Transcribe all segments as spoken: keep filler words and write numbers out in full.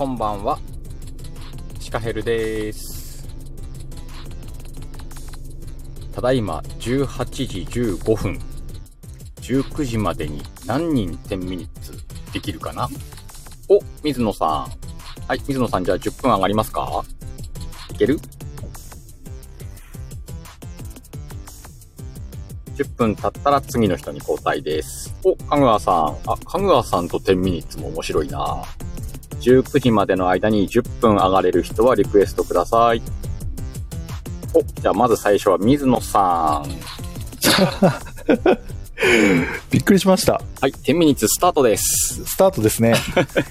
こんばんは、シカヘルです。ただいまじゅうはちじじゅうごふん、じゅうくじまでに何人じゅうミニッツできるかな。お、水野さん。はい、水野さん、じゃあじゅっぷん上がりますか？いける？じゅっぷん経ったら次の人に交代です。お、かぐわさん。あ、かぐわさんとじゅうミニッツも面白いな。じゅうくじまでの間にじゅっぷん上がれる人はリクエストください。お、じゃあまず最初は水野さん。 びっくりしました。 はい、じゅうミニッツスタートです。 スタートですね。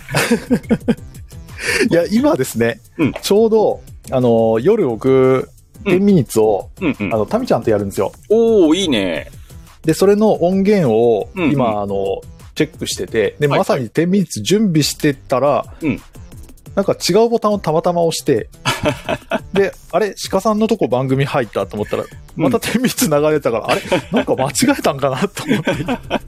いや、今ですね、うん、ちょうど、あの、夜僕、じゅうミニッツを、うんうんうん、あの、タミちゃんとやるんですよ。 おー、いいね。 で、それの音源を、今、うんうん、あの、チェックしてて、で、まさにじゅうミニッツ準備してたら、はいはい、なんか違うボタンをたまたま押して、で、あれ、鹿さんのとこ番組入ったと思ったら、またじゅうミニッツ流れたから、うん、あれなんか間違えたんかなと思って。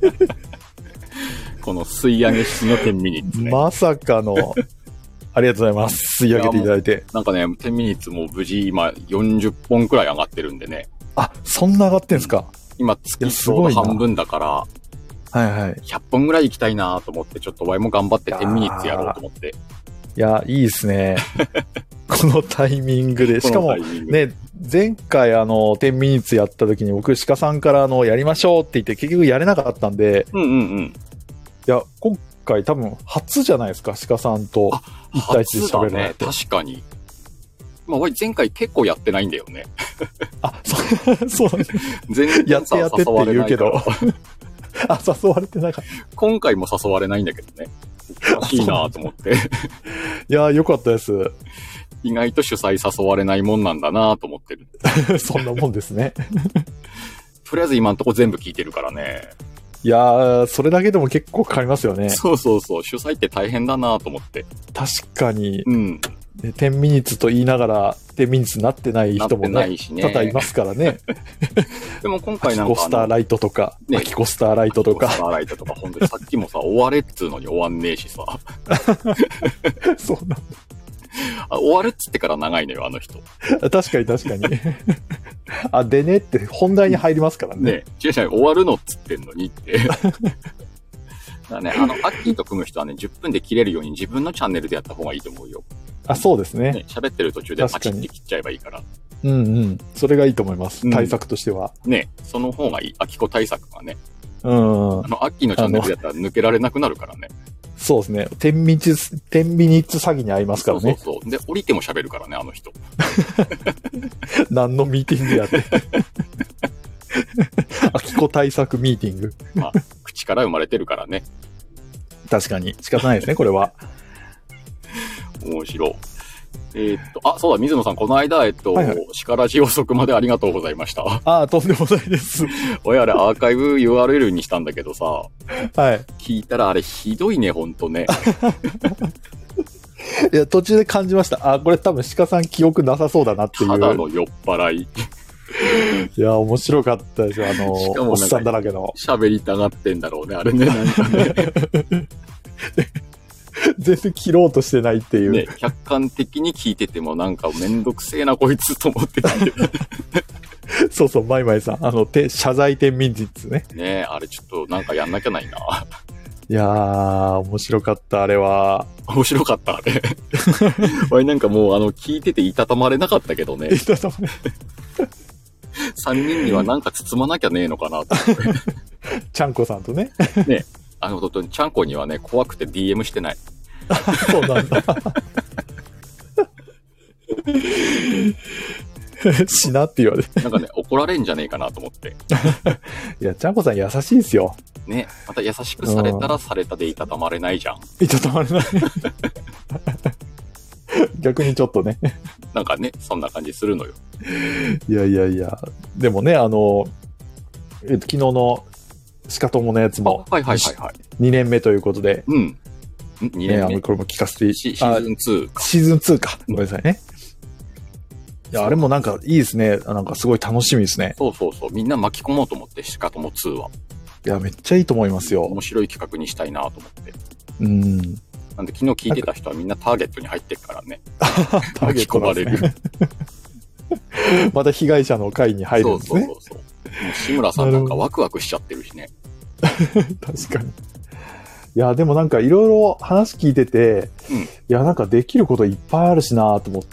この吸い上げ式のじゅうミニッツね。 まさかの、ありがとうございます。吸い上げていただいて。 なんかね、じゅうミニッツも無事今よんじゅっぽんくらい上がってるんでね。 あ、そんな上がってんすか？ 今月ちょうど半分だから、 はいはい。 ひゃっぽんぐらい行きたいなと思って、ちょっとワイも頑張ってじゅうミニッツやろうと思って。 いや、いいですね。このタイミングで。しかも、ね、前回あの、じゅうミニッツやった時に僕、鹿さんからあの、やりましょうって言って結局やれなかったんで、 うんうんうん。いや、今回多分初じゃないですか、鹿さんと一対一で喋るのって。 ね、確かに。まあ、前回結構やってないんだよね。 あ、そう、そう。 全然やってやってって言うけど。あ、誘われてなかった。 今回も誘われないんだけどね。おかしいなと思って。 いやー、よかったです。 意外と主催誘われないもんなんだなと思ってる。 そんなもんですね。 とりあえず今んとこ全部聞いてるからね。 いやー、それだけでも結構かかりますよね。 そうそうそう。主催って大変だなと思って。 確かに。 うん。 じゅうミニッツと言いながらじゅうミニッツになってない人もね、多々いますからね。 でも今回なんかアキコスターライトとか、ね、アキコスターライトとか。 アキコスターライトとか、ほんとさっきもさ、終われっつうのに終わんねえしさ。 そうなんだ。 あ、終わるっつってから長いのよ、あの人。 確かに確かに。あ、でねって本題に入りますからね。 ね、違う違う、終わるのっつってんのにって。だね、あの、アッキーと組む人はね、じゅっぷんで切れるように自分のチャンネルでやった方がいいと思うよ。 あ、そうですね。 喋、ね、ってる途中でパチって切っちゃえばいいから。 うんうん。それがいいと思います。うん、対策としては。 ね、その方がいい。アキコ対策がね。 うん。 あの、アッキーのチャンネルでやったら抜けられなくなるからね。 そうですね。じゅうミニッツ、じゅうミニッツ詐欺に遭いますからね。 そうそうそう。で、降りても喋るからね、あの人。 何のミーティングやって。アキコ対策ミーティング。 まあ、口から生まれてるからね。 確かに。仕方ないですね、これは。 面白い。えー、っと、あ、そうだ、水野さん、この間、えっと、はいはい、シカラジ遅くまでありがとうございました。 ああ、とんでもないです。 おやあれ、アーカイブ ユーアールエル にしたんだけどさ、はい。聞いたらあれ、ひどいね、ほんとね。 いや、途中で感じました。あ、これ多分鹿さん記憶なさそうだなっていう。 ただの酔っ払い。 いや、面白かったですよ。あの、しかもおっさんだらけの。 喋りたがってんだろうね、あれね、なんかね。 全然切ろうとしてないっていう。 ね、客観的に聞いててもなんかめんどくせえなこいつと思って聞いてる。 そうそう、マイマイさん。あの、て謝罪天民実ね。 ねえ、あれちょっとなんかやんなきゃないな。 いやー、面白かった、あれは。 面白かった、あれ。俺なんかもうあの、聞いてていたたまれなかったけどね。 いたたまれ。 さんにんにはなんか包まなきゃねえのかなと思って。 ちゃんこさんとね。 ねあの、ちゃんこにはね、怖くて ディーエム してない。 そうなんだ。しなって言われて。 なんかね、怒られんじゃねえかなと思って。 いや、ちゃんこさん優しいんすよ。 ね、また優しくされたらされたでいたたまれないじゃん。 いたたまれない。逆にちょっとね。 なんかね、そんな感じするのよ。 いやいやいや。でもね、あの、えっと、昨日の鹿友のやつも、 はいはいはいはい。 にねんめということで。 うん。にねんめ。 ね、あの、これも聞かせていシーズンツーか。 シーズンツーか。ごめんなさいね。いや、あれもなんかいいですね。なんかすごい楽しみですね。 そうそうそう。みんな巻き込もうと思って、鹿友ツーは。 いや、めっちゃいいと思いますよ。 面白い企画にしたいなと思って。 うん。 なんで昨日聞いてた人はみんなターゲットに入ってるからね。 ターゲットなんですね。また被害者の会に入るんですね。 そうそうそうそう。もう志村さんなんかワクワクしちゃってるしね。 確かに。いや、でもなんかいろいろ話聞いてて、うん、いや、なんかできることいっぱいあるしなと思って、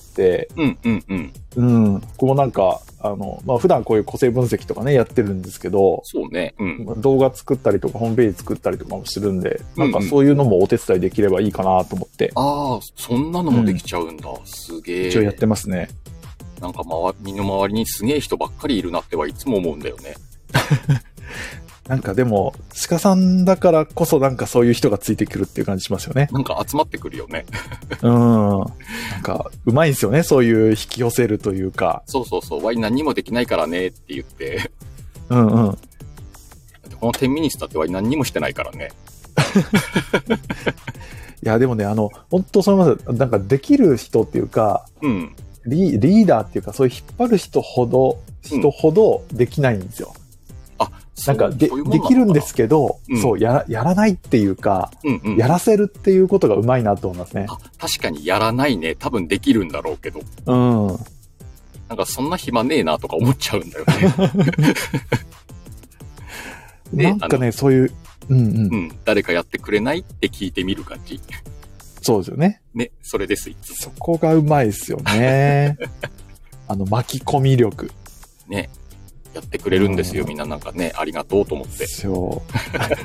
うんうんうん。 うん。こうなんか、あの、まあ、普段こういう個性分析とかね、やってるんですけど、 そうね。うん。 動画作ったりとか、ホームページ作ったりとかもするんで、なんかそういうのもお手伝いできればいいかなと思って。 うんうん、ああ、そんなのもできちゃうんだ。うん、すげえ。 一応やってますね。 なんか、まわ、身の回りにすげえ人ばっかりいるなってはいつも思うんだよね。 なんかでも、鹿さんだからこそなんかそういう人がついてくるっていう感じしますよね。 なんか集まってくるよね。 うん。なんか、うまいんですよね。そういう引き寄せるというか。 そうそうそう。ワイ何もできないからねって言って。 うんうん。 このじゅうミニスだってワイ何にもしてないからね。 いや、でもね、あの、本当そのまま、なんかできる人っていうか、 うん。 リ、リーダーっていうか、そういう引っ張る人ほど、人ほどできないんですよ。 うん、あ、 なんかで、できるんですけど、うん、そう、や、やらないっていうか、うんうん、やらせるっていうことがうまいなと思いますね。 あ、確かにやらないね。多分できるんだろうけど。 うん。 なんかそんな暇ねえなとか思っちゃうんだよね。 なんかね、そういう、うんうん。うん。 誰かやってくれないって聞いてみる感じ。 そうですよね。 ね、それです。 そこがうまいですよね。あの、巻き込み力。 ね。やってくれるんですよ、みんななんかね、ありがとうと思って。 そう。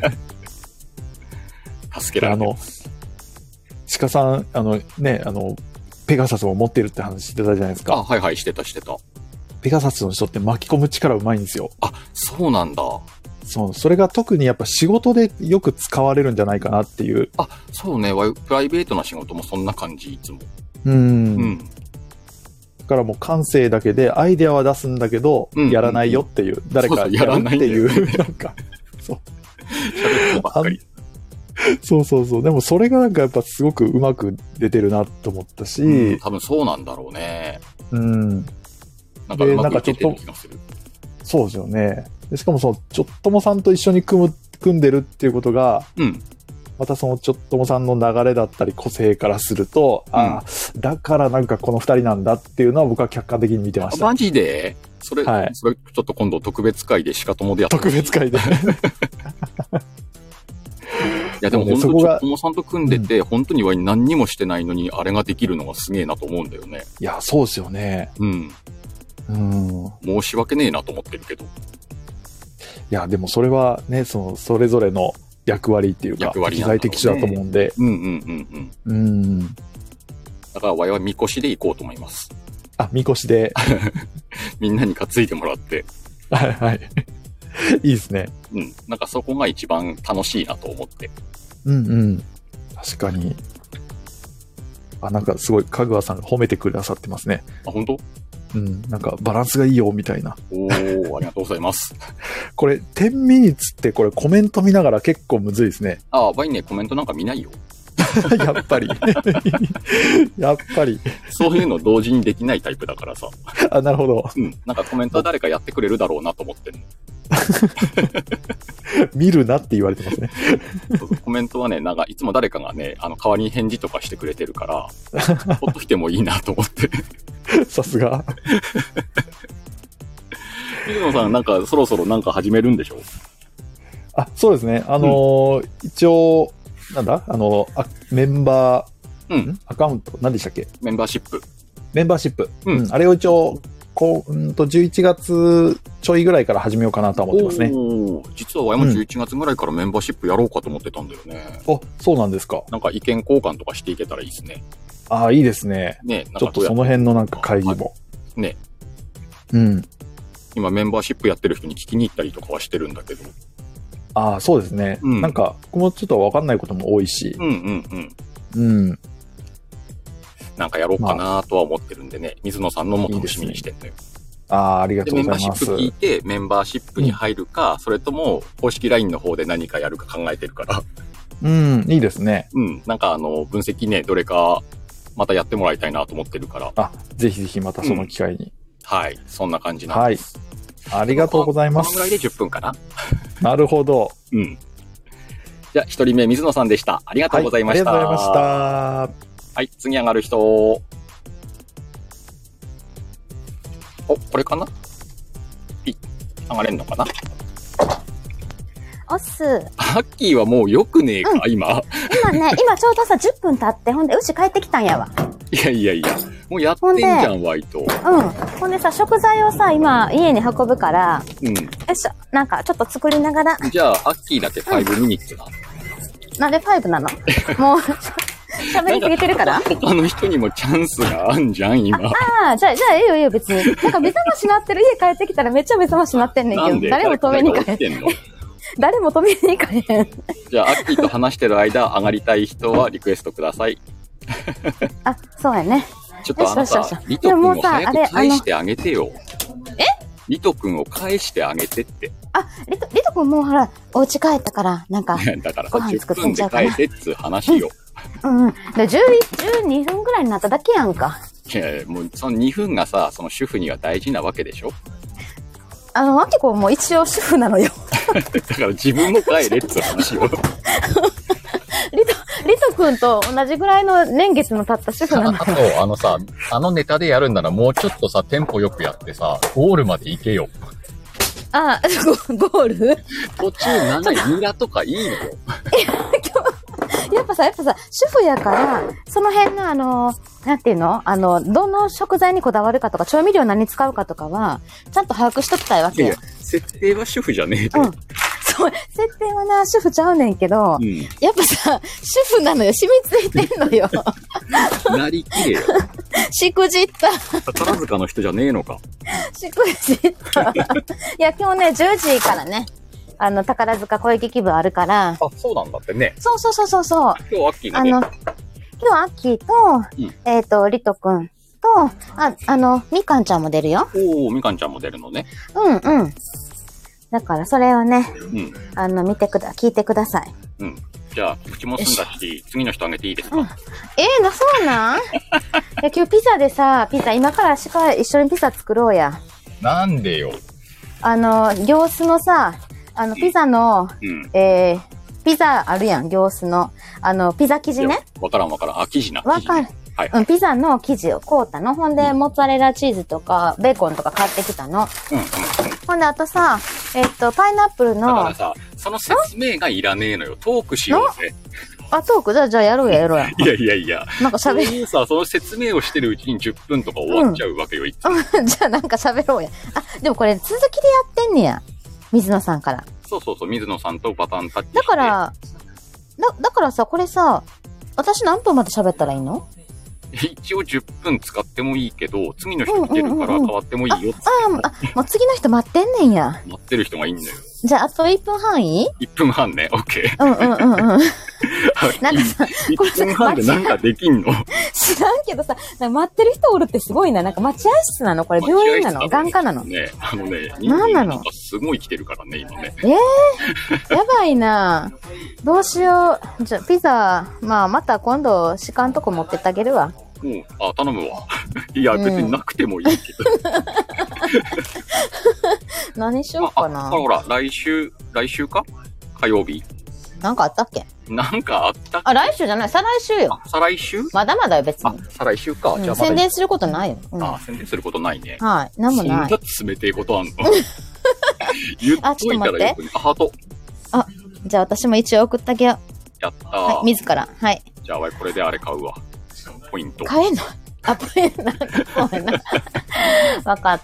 助けられてます。 あの、鹿さん、あのね、あの、ペガサスを持ってるって話してたじゃないですか。 あ、はいはい、してたしてた。 ペガサスの人って巻き込む力うまいんですよ。 あ、そうなんだ。 そう、それが特にやっぱ仕事でよく使われるんじゃないかなっていう。 あ、そうね、プライベートな仕事もそんな感じ、いつも。 うん。うんだからもう感性だけでアイデアは出すんだけど、うんうんうん、やらないよっていう、誰かやるっていう、そうそうなんか、そう。 喋るばっかり。 そうそうそう。でもそれがなんかやっぱすごくうまく出てるなと思ったし、うん、 多分そうなんだろうね。 うん。 なんかうまくいけてる気がする。 そうですよね。でしかもその、ちょっともさんと一緒に組む、組んでるっていうことが、 うん。 またそのちょっともさんの流れだったり個性からすると、うん、ああ、だからなんかこの二人なんだっていうのは僕は客観的に見てました。 マジでそれ、はい、それちょっと今度特別会で鹿友でやって特別会で。いやでも本当にちょっともさんと組んでて、うん、本当には何にもしてないのにあれができるのがすげえなと思うんだよね。 いや、そうですよね。 うん。 うん。 申し訳ねえなと思ってるけど。いや、でもそれはね、その、それぞれの役割っていうか、適材適所だと思うんで。 うんうんうんうん。 うん。 だから我々はみこしで行こうと思います。 あ、みこしで。 みんなに担いでもらって。 はいはい。いいですね。 うん。なんかそこが一番楽しいなと思って。 うんうん。確かに。あ、なんかすごい、かぐわさんが褒めてくださってますね。 あ、本当？ うん。なんかバランスがいいよ、みたいな。 おー、ありがとうございます。これ、じゅうミニッツってこれコメント見ながら結構むずいですね。 ああ、バイね、コメントなんか見ないよ。 やっぱり。やっぱり。 そういうの同時にできないタイプだからさ。 あ、なるほど。 うん。なんかコメントは誰かやってくれるだろうなと思ってるの。 見るなって言われてますね。 そうそうコメントはね、なんかいつも誰かがね、あの代わりに返事とかしてくれてるから、ほっといてもいいなと思って。 さすが。 水野さん、なんかそろそろなんか始めるんでしょ？ あ、そうですね。あのーうん、一応、なんだあのあ、メンバー、うん、アカウント、何でしたっけ？ メンバーシップ。 メンバーシップ。うん。うん、あれを一応、こう、うんと、じゅういちがつちょいぐらいから始めようかなとは思ってますね。 おー、実はわいもじゅういちがつぐらいからメンバーシップやろうかと思ってたんだよね。 うん、あ、そうなんですか。 なんか意見交換とかしていけたらいいですね。 ああ、いいですね。 ね、 なんかちょっとその辺のなんか会議も。 ね。 うん。 今メンバーシップやってる人に聞きに行ったりとかはしてるんだけど。 ああ、そうですね。うん、なんか、僕もちょっとわかんないことも多いし。 うんうんうん。うん。 なんかやろうかなとは思ってるんでね、まあ、水野さんのも楽しみにしてんのよ。いいああ、ありがとうございます。 メンバーシップ聞いて、メンバーシップに入るか、うん、それとも、公式 ライン の方で何かやるか考えてるから。 うん、いいですね。 うん、なんかあの、分析ね、どれか、またやってもらいたいなと思ってるから。 あ、ぜひぜひまたその機会に。うん、 はい、そんな感じなんです。 はい。ありがとうございます。 このぐらいでじゅっぷんかな。 なるほど。 うん。 じゃあ、一人目、水野さんでした。ありがとうございました。 はい、ありがとうございました。 はい、次上がる人。お、これかな？ピッ。上がれんのかな？ おっす。 ハッキーはもうよくねえか、うん、今。 今ね、今ちょうどさ、じゅっぷん経って、ほんで、うち帰ってきたんやわ。 いやいやいや、もうやってんじゃん、ワイト。うん。 ほんでさ、食材をさ、今、家に運ぶから、うん。よいしょ、なんか、ちょっと作りながら。 じゃあ、アッキーだけごミニッツだ。 うん、なんでごなの？もう、喋りすぎてるから他の人にもチャンスがあんじゃん、今。 ああ、じゃあ、じゃあ、いいよいいよ、別に。なんか、目覚ましなってる家帰ってきたらめっちゃ目覚ましなってんねんけど、誰も止めに行かへん。誰も止めに行かへん。 じゃあ、アッキーと話してる間、上がりたい人はリクエストください。 あ、そうやね。 ちょっとあなた、リト君を早く返してあげてよ。 え？ リト君を返してあげてって。 あ、リト、リト君もうほら、お家帰ったから、なんか、 だからさ、じゅっぷんで帰ってっつう話よ。 うんうん。で、じゅう、じゅうにふんぐらいになっただけやんか。 いやいや、もうそのにふんがさ、その主婦には大事なわけでしょ？ あの、アキコも一応主婦なのよ。 だから自分も帰れっつう話よ。リト、 リト君と同じぐらいの年月の経った主婦なのよ。 あと、あのさ、あのネタでやるんならもうちょっとさ、テンポよくやってさ、ゴールまで行けよ。 ああ、ゴ, ゴール途中何、ニラとかいいのよ。 やっぱさ、やっぱさ、主婦やから、その辺のあの、なんていうのあの、どの食材にこだわるかとか、調味料何使うかとかは、ちゃんと把握しときたいわけよ。いや、 設定は主婦じゃねえよ。うん。 そう、設定はな、主婦ちゃうねんけど、うん、やっぱさ、主婦なのよ。染みついてんのよ。 なりきれよ。 しくじった。 宝塚の人じゃねえのか。 しくじった。いや、今日ね、じゅうじからね、あの、宝塚声劇部あるから。 あ、そうなんだってね。 そうそうそうそうそう。 今日アッキーがね。 あの、今日アッキーと、うん、えっ、ー、と、リトくんと、あ、あの、みかんちゃんも出るよ。 おー、みかんちゃんも出るのね。 うんうん。だからそれをね、うん、あの、見てくだ、聞いてください。 うん。じゃあ、口も済んだし、次の人あげていいですか？うん、えー、な、そうなんいや、今日ピザでさ、ピザ、今からしか一緒にピザ作ろうや。 なんでよ。 あの、行須のさ、あの、ピザの、うん、えー、ピザあるやん、行須の。あの、ピザ生地ね。 わからんわからん。あ、生地な。 わかる。はい、うん、ピザの生地を買うたの。ほんで、モッツァレラチーズとか、ベーコンとか買ってきたの。うんうんうん、ほんで、あとさ、えっと、パイナップルの。 だからさ、その説明がいらねえのよ。トークしようぜ。 あ、トークじゃあ、じゃあやろうや、やろうや。 いやいやいや。 なんか喋る。 そういうさ、その説明をしてるうちにじゅっぷんとか終わっちゃうわけよ、うん、いつも。 じゃあなんか喋ろうや。あ、でもこれ続きでやってんねや。水野さんから。 そうそうそう、水野さんとパターンタッチして。 だから、だ、だからさ、これさ、私何分まで喋ったらいいの？ 一応じゅっぷん使ってもいいけど、次の人来てるから変わってもいいよって。 あ、あ、あ、もう次の人待ってんねんや。 待ってる人がいいんだよ。 じゃあ、あといっぷんはんいい？ いっ 分半ね、オッケー。 うんうんうんうん。 なんかさ、いっぷんはんでなんかできんの？ 知らんけどさ、待ってる人おるってすごいな。なんか待合室なの？これ病院なの？眼科なの？ ね、あのね、 何なの？ なんかすごい来てるからね、今ね。 えー、やばいな。どうしよう。じゃあ、ピザ、まあ、また今度、時間とこ持ってってあげるわ。 うん、あ、頼むわ。いや、別になくてもいいけど。 何しようかな。 あ、ほら、来週、来週か火曜日。 なんかあったっけ？ なんかあったっけ？ あ、来週じゃない、再来週よ。 再来週？ まだまだよ、別に。 あ、再来週か。 うん、じゃあまだ宣伝することないよ。 うん、あ、宣伝することないね。 はい、なんもない。 そんな冷てえことあんの？言っといたらよくね。あ、ハート。 あ、じゃあ私も一応送ってあげよう。 やったー。はい、自ら。はい。 じゃあ、これであれ買うわ。ポイント。 買えんの？あ、ポイント。そうやな。わかった。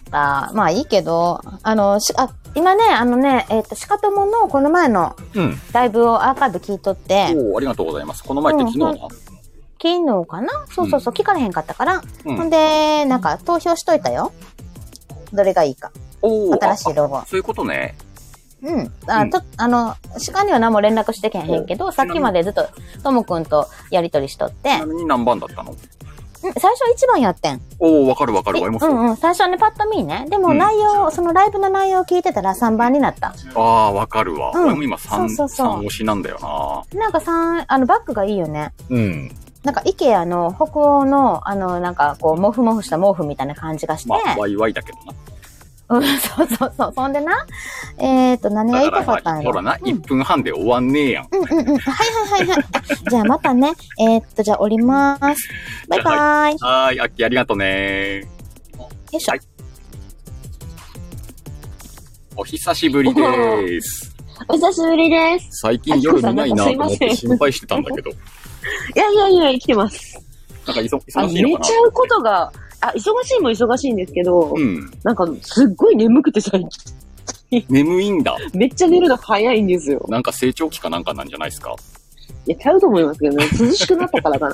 まあいいけど、あの、し、あ、今ね、あのね、えっと、しかとものこの前のライブをアーカイブ聞いとって。 うん、おー、ありがとうございます。この前って昨日な、うん、 昨日かな？そうそうそう、うん、聞かれへんかったから。うん、ほんで、なんか投票しといたよ。どれがいいか。 おー、 新しいロゴ。 そういうことね。 うん。あ、と、あの、鹿には何も連絡してけへんけど、さっきまでずっと、ともくんとやりとりしとって。 ちなみに何番だったの？ 最初はいちばんやってん。 おー、わかるわかるわ。 うんうん。最初はね、パッと見ね。でも内容、うん、そのライブの内容を聞いてたらさんばんになった。 ああ、わかるわ。うん、俺も今さん、 そうそうそう。 さん推しなんだよな。なんかさん、あの、バッグがいいよね。 うん。 なんか、イケアの北欧の、あの、なんか、こう、モフモフした毛布みたいな感じがして。まあ、ワイワイだけどな。 うん、そうそうそう。そんでな、えっと、何が言いたかったんやろ。 ほらな、うん、いっぷんはんで終わんねえやん。 うんうんうん。はいはいはいはい。じゃあまたね。えー、っと、じゃあ降りまーす。バイバーイ。 はーい、アッキーありがとねよいしょ。はい、 お久しぶりでーす。 お久しぶりです。 最近夜見ないなと思って心配してたんだけど。いやいやいや、生きてます。 なんか忙しいのかな。寝ちゃうことが、あ、忙しいも忙しいんですけど、うん、なんかすっごい眠くて最近。 眠いんだ。 めっちゃ寝るの早いんですよ。 なんか成長期かなんかなんじゃないですか。 いや、ちゃうと思いますけどね。涼しくなったからかな。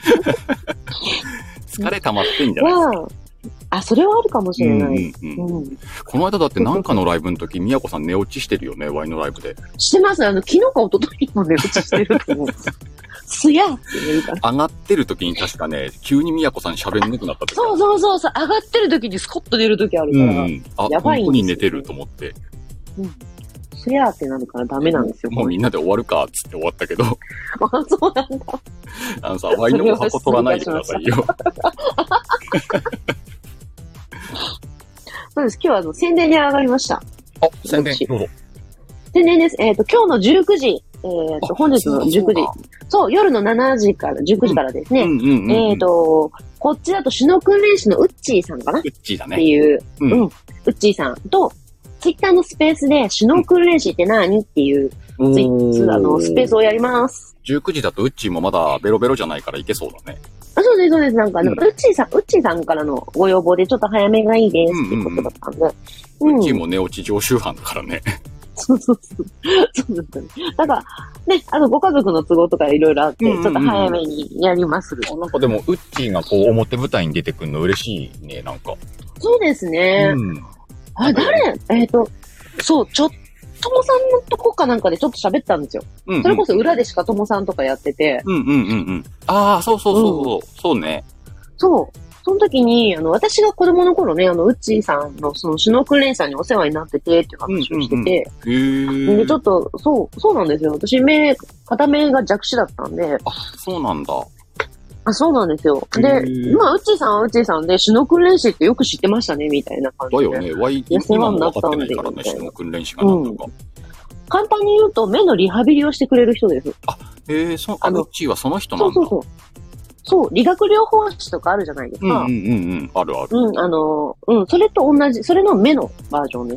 疲れ溜まってんじゃないですか。 あ、それはあるかもしれない。 うんうんうんうん、この間だってなんかのライブの時、みやこさん寝落ちしてるよね、ワイのライブで。 してます。あの、昨日か一昨日も寝落ちしてると思う。すやって寝るから。 上がってる時に確かね、急にみやこさん喋んなくなった時。 そうそうそうそう、上がってる時にスコッと寝る時あるから。うん、 あ、やばいんですよ。本当に寝てると思って。 うん。すやってなるからダメなんですよ。 もうみんなで終わるか、つって終わったけど。あ、 そうなんだ。 あのさ、ワイのお箱取らないでくださいよ。 そうです。今日はあの宣伝に上がりました。 あ、宣伝。どうぞ。 宣伝です。えっと、今日のじゅうくじ、えっと、本日のじゅうくじ。そう、夜のしちじから、じゅうくじからですね。えっと、こっちだと首脳訓練士のウッチーさんかなウッチーだね。 っていう、うん、ウッチーさんと、ツイッターのスペースで首脳訓練士って何っていうツイッターのスペースをやります。 じゅうくじだとウッチーもまだベロベロじゃないからいけそうだね。 あ、そうです、そうです。なんか、うん、ウッチーさん、ウッチーさんからのご要望でちょっと早めがいいですっていうことだったんで。 うんうんうん、ウッチーも寝落ち常習犯だからね。 そうそうそう。そうですね。だから、ね、あの、ご家族の都合とかいろいろあって、ちょっと早めにやります。 あ、なんかでも、ウッチーがこう、表舞台に出てくるの嬉しいね、なんか。 そうですね。うん、あ、誰えっと、そう、ちょっともさんのとこかなんかでちょっと喋ったんですよ。うんうん、それこそ裏でしかともさんとかやってて。 うんうんうんうん。ああ、そうそうそうそう、うん、そうね。 そう。その時に、あの、私が子供の頃ね、あの、ウッチーさんのその首脳訓練士さんにお世話になっててっていう話をしてて。うんうんうん、で、ちょっと、そう、そうなんですよ。私目、片目が弱視だったんで。 あ、そうなんだ。 あ、そうなんですよ。で、まあ、ウッチーさんはウッチーさんで、首脳訓練士ってよく知ってましたね、みたいな感じで。 だよね。ワイ、今も分かってないからね、首脳訓練士がなんとか、うん。 簡単に言うと、目のリハビリをしてくれる人です。 あ、へえ、そ、あの、ウッチーはその人なんだ。 そうそうそう。そう、理学療法士とかあるじゃないですか。 うんうんうんうん。あるある。 うん、あの、うん、それと同じ、それの目のバージョンです。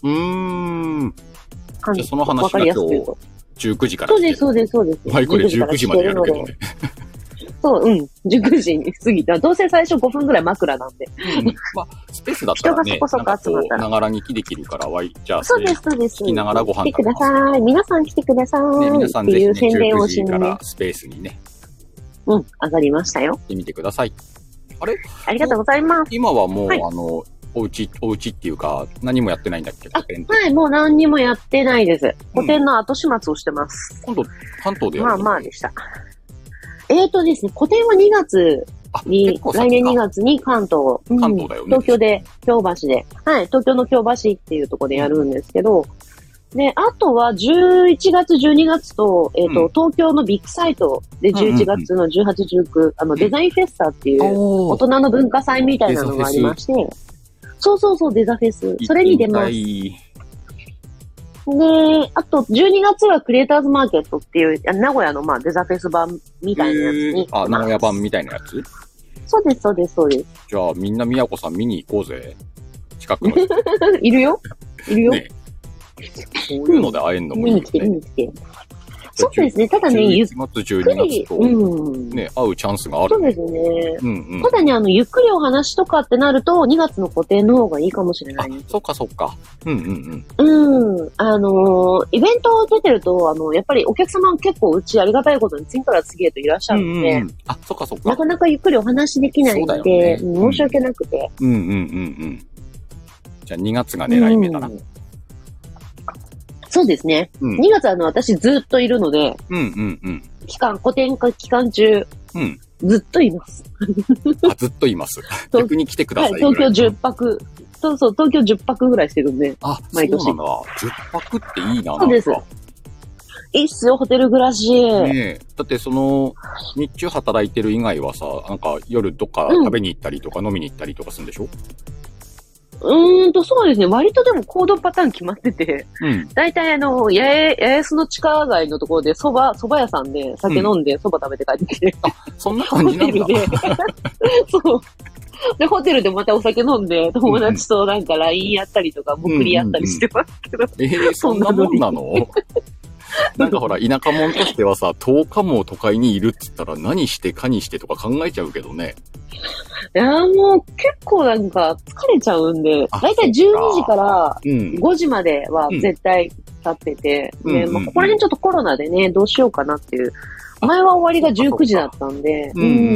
うーん。じゃあその話が今日、じゅうくじから。 そうです、そうです、そうです。 はい、これじゅうくじまでやるけどね。 そう、うん。じゅうくじに過ぎた。どうせ最初ごふんぐらい枕なんで。 うん、まあ、スペースだったらね、 人がそこそこ集まったら。 ながら聞きできるから、わい、じゃあ、 そうです、そうです。 聞きながらご飯食べます。来てください。皆さん来てください。 ね、皆さんぜひね、じゅうくじからスペースにね。 うん、上がりましたよ。 行ってみてください。あれありがとうございます。 今はもう、はい、あの、おうち、おうちっていうか、何もやってないんだっけ？ あ、はい、もう何にもやってないです。個展の後始末をしてます。 うん、今度、関東でやるまあまあでした。えーとですね、個展はにがつに、来年にがつに関東、 うん、関東だよね。 東京で、京橋で、はい、東京の京橋っていうところでやるんですけど、で、あとはじゅういちがつ、じゅうにがつと、えっ、ー、と、うん、東京のビッグサイトでじゅういちがつのじゅうはち、じゅうく、あの、デザインフェスタっていう大人の文化祭みたいなのがありまして、そうそうそう、デザフェス。それに出ます。で、あと、じゅうにがつはクリエイターズマーケットっていう、名古屋のまあデザフェス版みたいなやつに。 あ、名古屋版みたいなやつ？ そうです、そうです、そうです。 じゃあ、みんなみやこさん見に行こうぜ。近くの。 いるよいるよ、ね、 そういうので会えんのもいいよね。見に来て、見に来て。 そうですね。ただね、ゆっくり。じゅういちがつ、 じゅうにがつと、うん、ね、会うチャンスがある。 そうですね。うんうん。ただね、あの、ゆっくりお話とかってなると、にがつの個展の方がいいかもしれない。 そっかそっか。うんうんうん。 うん。あのー、イベント出てると、あの、やっぱりお客様結構うちありがたいことに次から次へといらっしゃるので、うんうん、 あ、そっかそっか。 なかなかゆっくりお話できないので、ね、申し訳なくて。 うんうんうんうん。じゃあにがつが狙い目だな。うんそうですね。うん、にがつはあの、私ずっといるので、うんうんうん。期間、個展化期間中、うん。ずっといます。 あ、ずっといます。逆に来てください。はい、 東京じゅっぱく。そうそう、東京じゅっぱくぐらいしてるんで。 あ、毎年。そうなんだ。じゅっぱくっていいな。 そうです。いいっすよ、ホテル暮らし。 ねえ。だってその、日中働いてる以外はさ、なんか夜どっか食べに行ったりとか、うん、飲みに行ったりとかするんでしょ？ うーんと、そうですね。割とでも行動パターン決まってて、うん。大体あの、八重、八重洲の地下街のところで蕎麦、蕎麦屋さんで酒飲んで蕎麦食べて帰ってきて、 うん、あ、そんな感じなんだ。 ホテルで、そう。で、ホテルでまたお酒飲んで、友達となんか ライン やったりとか、送りやったりしてますけど。 うんうんうん、えー、そんなもんなのなんかほら、田舎者としてはさ、とおかも都会にいるっつったら何してかにしてとか考えちゃうけどね。 いやもう結構なんか疲れちゃうんで、だいたいじゅうにじからごじまでは絶対立ってて、うん、で、まあ、ここら辺ちょっとコロナでね、どうしようかなっていう。前は終わりがじゅうくじだったんで、うんうんうん。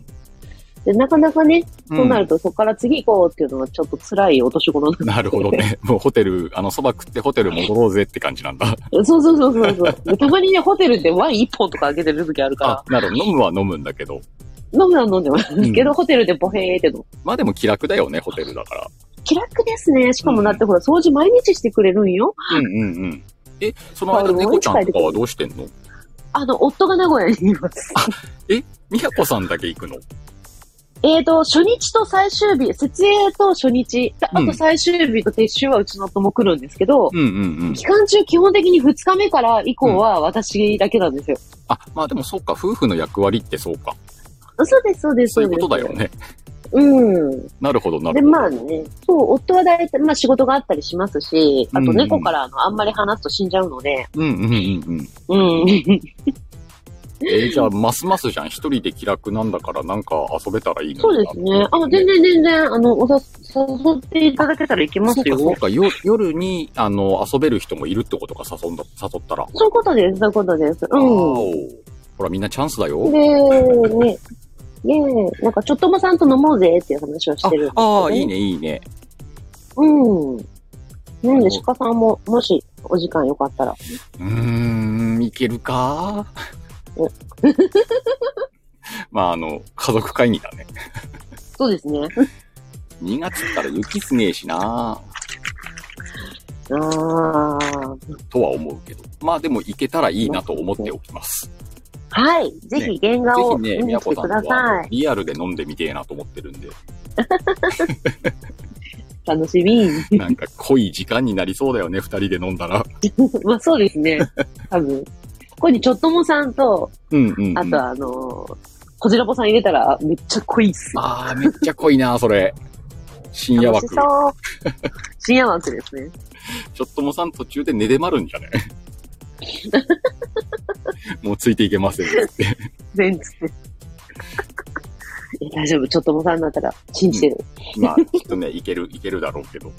で、なかなかね、そうなるとそこから次行こうっていうのはちょっと辛いお年頃なんで。 なるほどね。もうホテル、あの、蕎麦食ってホテル戻ろうぜって感じなんだ。 そうそうそうそうそうで。たまにね、ホテルでワインいっぽんとか開けてる時あるから。 あ、なるほど。飲むは飲むんだけど。 飲むは飲んでますけど、うん、ホテルでボヘーっての。 まあでも気楽だよね、ホテルだから。 気楽ですね。しかもだってほら、掃除毎日してくれるんよ。 うんうんうん。え、その間猫ちゃんとかはどうしてんの？ あの、夫が名古屋にいます。 あ、え、みやこさんだけ行くの？ えーと、初日と最終日、設営と初日、あと最終日と撤収はうちの夫も来るんですけど、うんうんうん、期間中基本的にふつかめから以降は私だけなんですよ。うん、 あ、まあでもそうか、夫婦の役割ってそうか。 そうです、そうです。 そういうことだよね。 うん。 なるほど、なるほど。 で、まあね、そう、夫は大体、まあ仕事があったりしますし、あと猫からあの、あんまり話すと死んじゃうので。うんうんうんうん。うん。 えー、じゃあ、ますますじゃん。一人で気楽なんだから、なんか遊べたらいいのそうですね。あ、全然全然、あの、おさ、誘っていただけたらいけますよ。 そうか、そうか。よ夜に、あの、遊べる人もいるってことか、誘んだ、誘ったら。 そういうことです、そういうことです。うん。 ほら、みんなチャンスだよ。 で、ね。ねえ、なんか、ちょっともさんと飲もうぜっていう話をしてるんです、ね。 ああ、いいね、いいね。 うん。なんで、鹿さんも、もし、お時間よかったら。 うーん、いけるかまあ、あの、家族会議だね。 そうですね。 にがつから雪すげえしなああ。 とは思うけど。まあでも行けたらいいなと思っておきます。 はい。ぜひ原画を見に来てください。 リアルで飲んでみてえなと思ってるんで。 楽しみ。 なんか濃い時間になりそうだよね、二人で飲んだら。 まあそうですね。多分。ここにちょっともさんと、うんうんうん、あとあのー、こじらぼさん入れたらめっちゃ濃いっす。 ああ、めっちゃ濃いな、それ。深夜枠。 そう。深夜枠ですね。 ちょっともさん途中で寝でまるんじゃねもうついていけませんって。 全つって。大丈夫、ちょっともさんだったら信じてる。 うん、まあ、きっとね、いける、いけるだろうけど。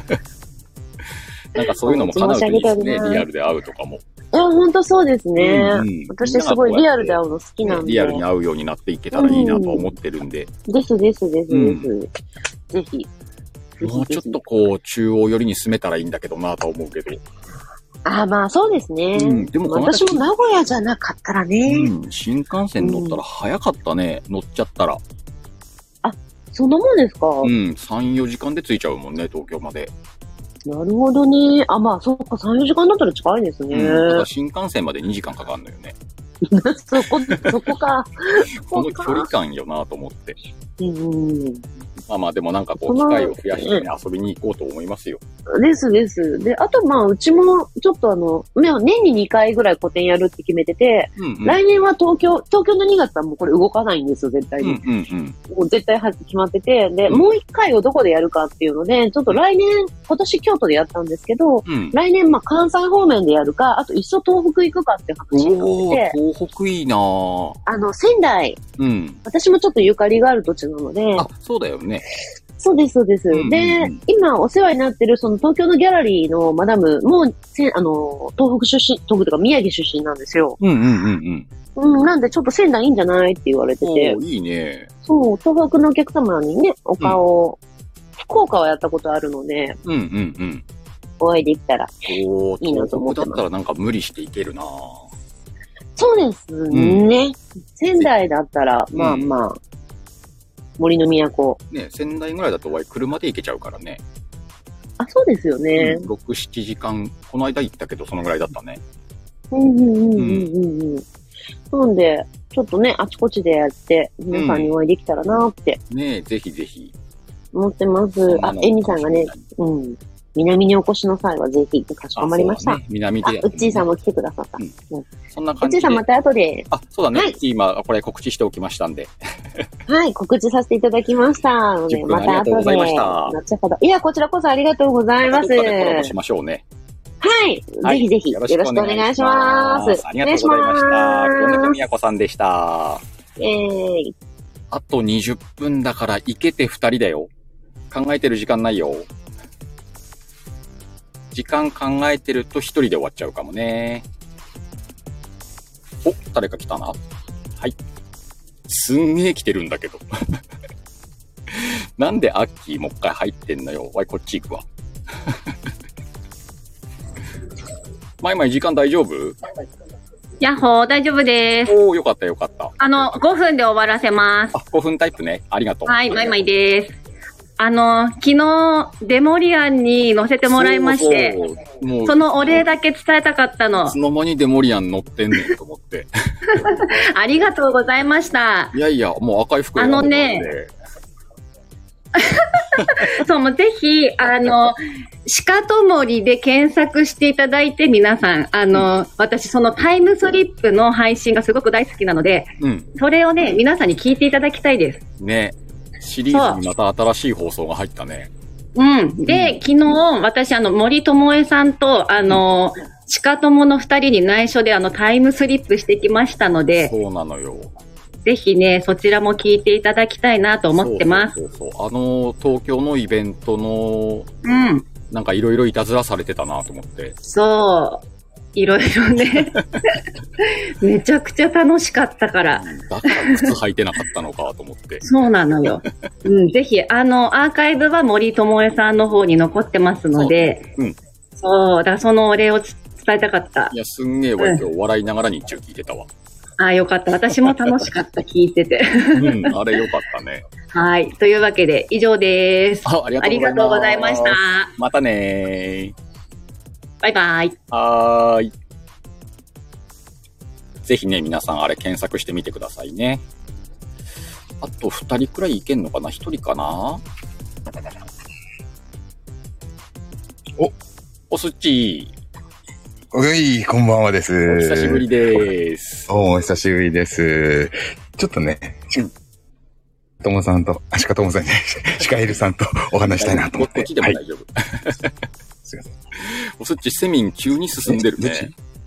なんかそういうのも叶うといいですね、リアルで会うとかも。 いや、ほんとそうですね。うんうん、私すごいリアルで会うの好きなんで、 ね。リアルに会うようになっていけたらいいなと思ってるんで。 うん、ですですですです。うん、ぜひ。 もうちょっとこう、中央寄りに住めたらいいんだけどなと思うけど。 ああ、まあそうですね。うん、でも私も名古屋じゃなかったらね。 うん、新幹線乗ったら早かったね、うん、乗っちゃったら。 あ、そんなもんですか？ うん、さん、よじかんで着いちゃうもんね、東京まで。 なるほどね。あ、まあ、そっか、さん、よじかんだったら近いですね。うん、だから新幹線までにじかんかかるのよね。 そこ、そこか。 この距離感よなと思って。 うん。 まあまあ、でもなんかこう、機会を増やしてね、遊びに行こうと思いますよ。 ですです。で、あとまあ、うちも、ちょっとあの、年ににかいぐらい個展やるって決めてて、うんうん、来年は東京、東京のにがつはもうこれ動かないんですよ、絶対に。うんうんうん、もう絶対は決まってて、で、うん、もういっかいをどこでやるかっていうので、ちょっと来年、今年京都でやったんですけど、うん、来年まあ関西方面でやるか、あといっそ東北行くかって話になってて。 おー、東北いいなぁ。 あの、仙台。うん。私もちょっとゆかりがある土地なので。 あ、そうだよね。 そうです、そうです。うんうんうん、で、今お世話になってるその東京のギャラリーのマダムも、せあの、東北出身、東北とか宮城出身なんですよ。うんうんうんうん。うん、なんでちょっと仙台いいんじゃないって言われてて。 おー、いいね。 そう、東北のお客様にね、お顔、うん、福岡はやったことあるので、うんうんうん。お会いできたらいいなと思ってます。 東北だったらなんか無理していけるなぁ。 そうですね。うん、仙台だったら、まあまあ、うん、森の都。 ね、仙台ぐらいだと車で行けちゃうからね。 あ、そうですよね。 うん、ろく、ななじかん、この間行ったけど、そのぐらいだったね。 うんうんうんうんうん。なんで、ちょっとね、あちこちでやって、皆さんにお会いできたらなーって。 うん、ねえ、ぜひぜひ。 思ってます。あ、エミさんがね、うん。南にお越しの際はぜひ、かしこまりました。 ね、南で、 ね。あ、うっちーさんも来てくださった。 うん。うん、そんな感じで。 うっちーさんまた後で。 あ、そうだね。はい、今、これ告知しておきましたんで。 はい、告知させていただきましたので、また後で。ありがとうございました。後ほど。いや、こちらこそありがとうございます。コラボしましょうね。 はい。はい、ぜひぜひ、よろしくお願いします。 ありがとうございました。黒猫みやこさんでした。 えーい。 あとにじゅっぷんだから行けてふたりだよ。考えてる時間ないよ。時間考えてるとひとりで終わっちゃうかもね。お、誰か来たな。はい。すんげー来てるんだけど。なんでアッキーもう一回入ってんのよ。わい、こっち行くわ。まいまい時間大丈夫？ やっほー、大丈夫です。 おー、よかったよかった。 あの、ごふんで終わらせます。 あ、ごふんタイプね。ありがとう。 はい、まいまいです。あの、昨日、デモリアンに乗せてもらいまして、そうそうもうそのお礼だけ伝えたかったの。 いつの間にデモリアン乗ってんねんと思って。 ありがとうございました。 いやいや、もう赤い服あのね、そう、もうぜひ、あの、鹿と森で検索していただいて、皆さん、あの、うん、私、そのタイムスリップの配信がすごく大好きなので、うん、それをね、皆さんに聞いていただきたいです。 ね。シリーズにまた新しい放送が入ったね。 うん。で、うん、昨日、私、あの、森友江さんと、あの、鹿友の二人に内緒で、あの、タイムスリップしてきましたので、 そうなのよ。 ぜひね、そちらも聞いていただきたいなと思ってます。 そうそうそうそう。あの、東京のイベントの、 うん。 なんかいろいろいたずらされてたなと思って。 そう。いろいろね。めちゃくちゃ楽しかったから。 だから靴履いてなかったのかと思って。 そうなのよ。うん、ぜひ、あの、アーカイブは森友江さんの方に残ってますので、 そう、うん、 そう、だからそのお礼を伝えたかった。 いや、すんげえわ、今日笑いながら日中聞いてたわ。 ああ、よかった。私も楽しかった、聞いてて。 うん、あれよかったね。 はい。というわけで、以上です。 あ、ありがとうございました。またねー。 バイバイ。 はーい。ぜひね、皆さんあれ検索してみてくださいね。あとふたりくらいいけんのかな？ひとりかな？お、おすっちー。 うい、こんばんはです。 お久しぶりです。 お久しぶりです。ちょっとね、ともさんと、あしかともさんじゃない、シカエルさんとお話したいなと思って。 こっちでも大丈夫。はい、すいません。おすっち、セミン急に進んでるね。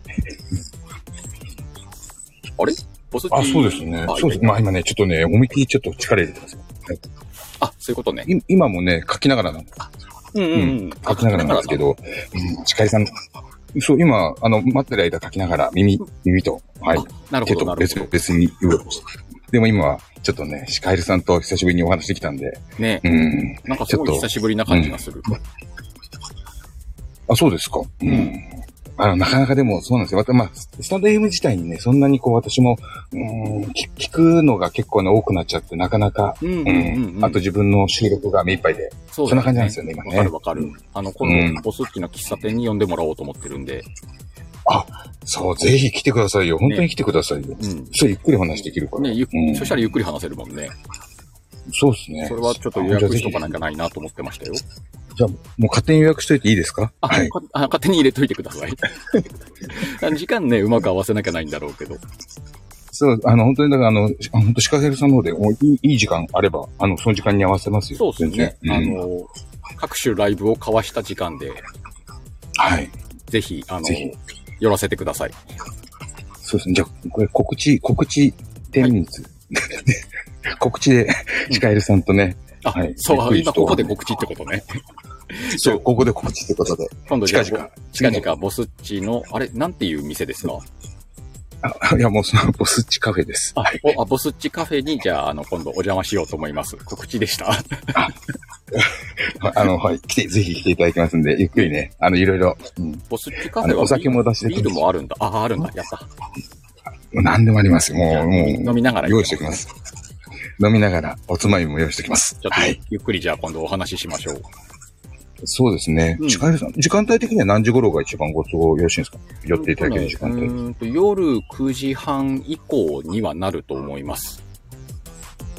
あれおすっち。 あ、そうですね。そうです。まあ今ね、ちょっとね、思いっきりちょっと力入れてますよ。はい、 あ、そういうことね。 今もね、書きながらなんです。 うんうんうん。うん、 書きながらなんですけど、うん、シカエルさん、そう、今、あの、待ってる間書きながら、耳、耳と、はい。 なるほど。 手と別別に動く。でも今は、ちょっとね、シカエルさんと久しぶりにお話できたんで。 ねうん。 なんかすごい久しぶりな感じがする。うん、 あ、そうですか。うん。あの、なかなかでも、そうなんですよ。まあ、スタンド エフエム 自体にね、そんなにこう、私も、うん、聞くのが結構ね、多くなっちゃって、なかなか、うん、うんうんうん、あと自分の収録が目いっぱいで。そう、ね、そんな感じなんですよね、今ね。 わかるわかる。うん、あの、今度、ボスッチの喫茶店に呼んでもらおうと思ってるんで。 あ、そう、ぜひ来てくださいよ。本当に来てくださいよ。ね、うん。それゆっくり話できるから。 ね、ゆうん、そしたらゆっくり話せるもんね。 そうですね。 それはちょっと予約しとかなきゃないなと思ってましたよ。 じゃあ、もう勝手に予約しといていいですか？ あ、はい、あ勝手に入れといてください。時間ね、うまく合わせなきゃないんだろうけど。 そう、あの、本当に、だから、あの、本当シカヘルさんの方で、もういい、いい時間あれば、あの、その時間に合わせますよ。 そうですね。うん、あの、各種ライブを交わした時間で、 はい。 ぜひ、あの、ぜひ寄らせてください。 そうですね。じゃあ、これ告知、告知じゅうミニッツ。はい、告知で、シカエルさんとね。 あ、はい。そう、今ここで告知ってことね。 そう、ここで告知ってことで。 今度じゃあ、近々、近々ボスッチの、あれ、なんていう店ですか？ あ、いや、もうその、ボスッチカフェです。 あ、あボスッチカフェに、じゃあ、あの、今度お邪魔しようと思います。告知でした。 あ, あの、はい、来て、ぜひ来ていただきますんで、ゆっくりね、あの、いろいろ。 うん、ボスッチカフェはお酒も出してビールもあるんだ。あ、あるんだ。やった。 何でもあります。もう、もう。 飲みながら用意しておきます。飲みながら、おつまみも用意しておきます。 ちょっと、はい、ゆっくりじゃあ今度お話ししましょう。 そうですね。うん、近いさん、時間帯的には何時頃が一番ご都合よろしいんですか？寄っていただける時間帯。 うんと夜くじはん以降にはなると思います。 あ、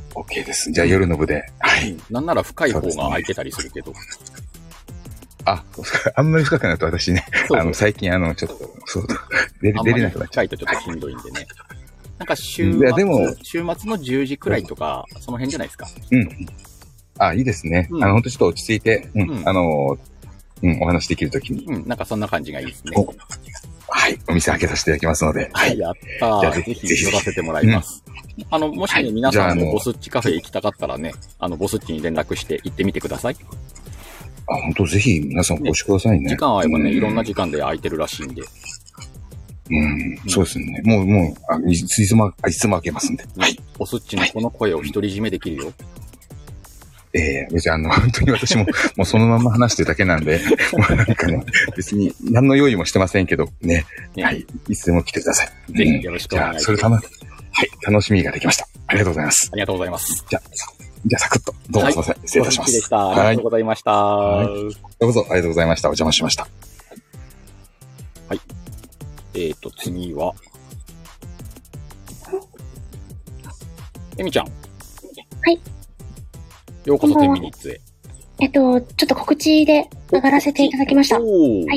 OK です。じゃあ夜の部で。はい。 なんなら深い方が空いてたりするけど。 あ、あんまり深くなると私ね、そうそうあの、最近あの、ちょっと、そう、出れ、出れなくなっちゃう。 深いとちょっとしんどいんでね。なんか週末、でも週末のじゅうじくらいとか、その辺じゃないですか。 うん。あ、いいですね。うん、あの、ほんとちょっと落ち着いて、うん、うん、あの、うん、お話できるときに。 うん、なんかそんな感じがいいですね。 はい、お店開けさせていただきますので。 はい。やったー。じゃあぜひ、ぜひ寄らせてもらいます。うん、あの、もしね、はい、皆さんもボスッチカフェ行きたかったらね、あの、ボスッチに連絡して行ってみてください。 あ、本当ぜひ皆さんお越しくださいね。 時間合えばね、いろんな時間で空いてるらしいんで。 うん、うん、そうですね。もう、もう、あいつも、いつも開けますんで。 はい。ボスッチのこの声を独り占めできるよ。 ええー、別にあの、本当に私も、もうそのまま話してるだけなんで、もうなんかね、別に何の用意もしてませんけど、ね。ねはい。いつでも来てください。 ぜひよろしくお願いします。 じゃあ、それたま、はい。楽しみができました。ありがとうございます。 ありがとうございます。 じゃあ、じゃあ、サクッと。どうもすいません。はい、失礼いたします。 でした。ありがとうございました。はい。 どうぞありがとうございました。お邪魔しました。 はい。えーと、次は、えみちゃん。 はい。 ようこそテンミニッツへ。 えっと、ちょっと告知で上がらせていただきました。はい。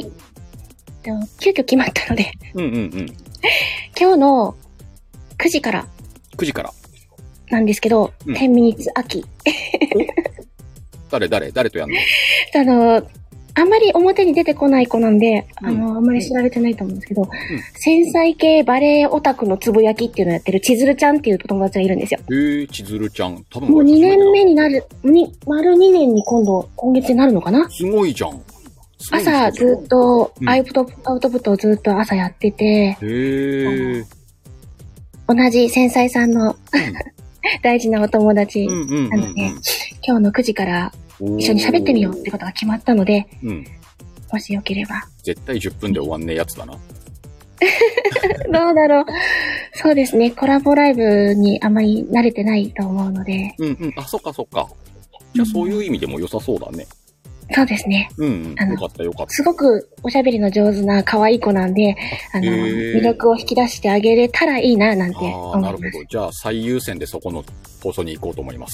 急遽決まったので。 うんうんうん。 今日のくじから。 くじから。 なんですけど、うん、テンミニッツ秋。 誰誰誰とやんの？ あの、あんまり表に出てこない子なんで、うん、あの、あんまり知られてないと思うんですけど、うん、繊細系バレエオタクのつぶやきっていうのをやってる千鶴ちゃんっていう友達がいるんですよ。 へぇ、千鶴ちゃん。多分もうにねんめになる、に、丸にねんに今度、今月になるのかな？ すごいじゃん。 朝ずっと、うん、アウト、アウトプットをずっと朝やってて、 へぇ。 同じ繊細さんの、うん、大事なお友達なので、今日のくじから一緒に喋ってみようってことが決まったので、うん、もしよければ。 絶対じゅっぷんで終わんねえやつだな。 どうだろう。そうですね。コラボライブにあまり慣れてないと思うので。 うんうん。あ、そっかそっか。じゃあそういう意味でも良さそうだね。 そうですね。 うん、うん。あのよかったよかった。 すごくおしゃべりの上手な可愛い子なんで、あの、魅力を引き出してあげれたらいいな、なんて思います。あ、 なるほど。じゃあ最優先でそこの放送に行こうと思います。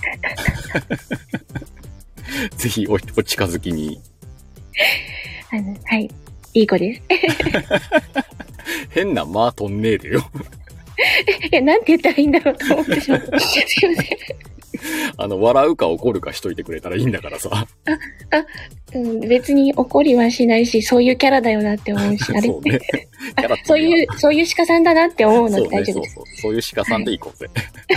ぜひお、お近づきに。 あの、はい。いい子です。 変な間飛んねえでよ。 いや、なんて言ったらいいんだろうと思ってしまった。すいません。 あの、笑うか怒るかしといてくれたらいいんだからさ。あ、 あ、うん、別に怒りはしないし、そういうキャラだよなって思うし、あれそうね。キャラそういう、そういう鹿さんだなって思うので大丈夫です。 そうね、そうそう。そういう鹿さんでいこうぜ。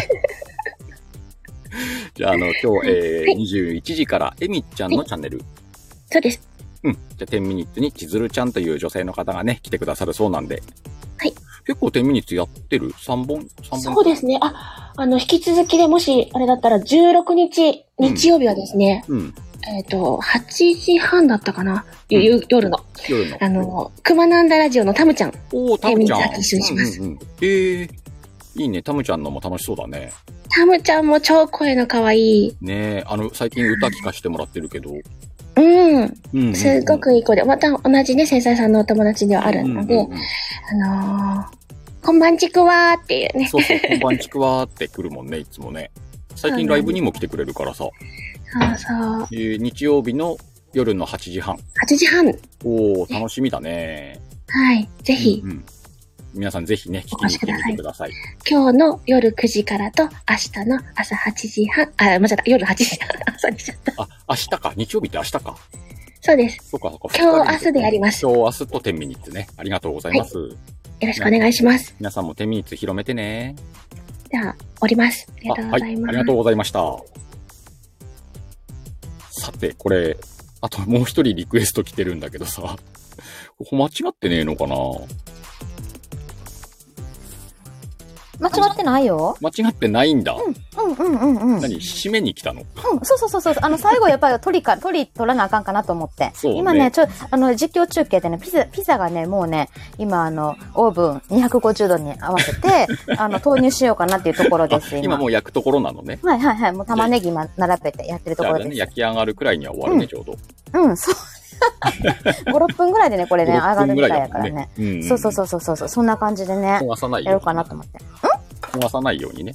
じゃあ、あの、今日、えーはい、にじゅういちじから、えみちゃんのチャンネル。 そうです。 うん。じゃあ、じゅうミニッツに千鶴ちゃんという女性の方がね、来てくださるそうなんで。 はい。 結構じゅうミニッツやってる ?さん 本 ?さん 本そうですね。あ、あの、引き続きでもし、あれだったら、じゅうろくにち、日曜日はですね、うん。うん、えっ、ー、と、はちじはんだったかな、うん、夜の。 夜の。 あの、熊なんだラジオのタムちゃん。 おー、タムちゃん。 一緒にします。 うんうんうん、えー、いいね。タムちゃんのも楽しそうだね。 タムちゃんも超声の可愛い。 ねえ、あの、最近歌聞かせてもらってるけど。 うん。うんうんうん、すごくいい子で、また同じね、繊細さんのお友達ではあるので、うんうんうん、あのー、こんばんちくわーっていうね。 そうそう、こんばんちくわーって来るもんね、いつもね。最近ライブにも来てくれるからさ。 そうそう。 えー、日曜日の夜のはちじはん。 はちじはん。 おー、楽しみだね。 はい、ぜひ。 うんうん、皆さんぜひね、聞きに来てみてください。 今日の夜くじからと、明日の朝はちじはん、あ、間違った、夜はちじはん、朝にしちゃった。 あ、明日か。日曜日って明日か。 そうです。 そうか、そうか。 今日、明日でやります。 今日、明日とじゅうミニッツね。ありがとうございます。はい、 よろしくお願いします。 皆さんもじゅうミニッツ広めてね。 じゃあ、おります。ありがとうございます。 はい、ありがとうございました。さて、これ、あともう一人リクエスト来てるんだけどさ、ここ間違ってねえのかな？ 間違ってないよ。 間違ってないんだ。 うん、うん、うん、うん。 何締めに来たの？ うん、そうそうそうそう。あの、最後やっぱり取りか、取り取らなあかんかなと思って。 そうね。 今ね、ちょ、あの、実況中継でね、ピザ、ピザがね、もうね、今あの、オーブンにひゃくごじゅうどに合わせて、あの、投入しようかなっていうところです。 今, 今もう焼くところなのね。 はいはいはい。もう玉ねぎ今並べてやってるところです。 ね、焼き上がるくらいには終わるね、うん、ちょうど。 うん、そう。ご、ろっぷんぐらいでね、これね、上がるみたいやからね。うん、そうそうそうそうそう。そんな感じでね。 焦がさないよ。 やろうかなと思って。ん？ 焦がさないようにね。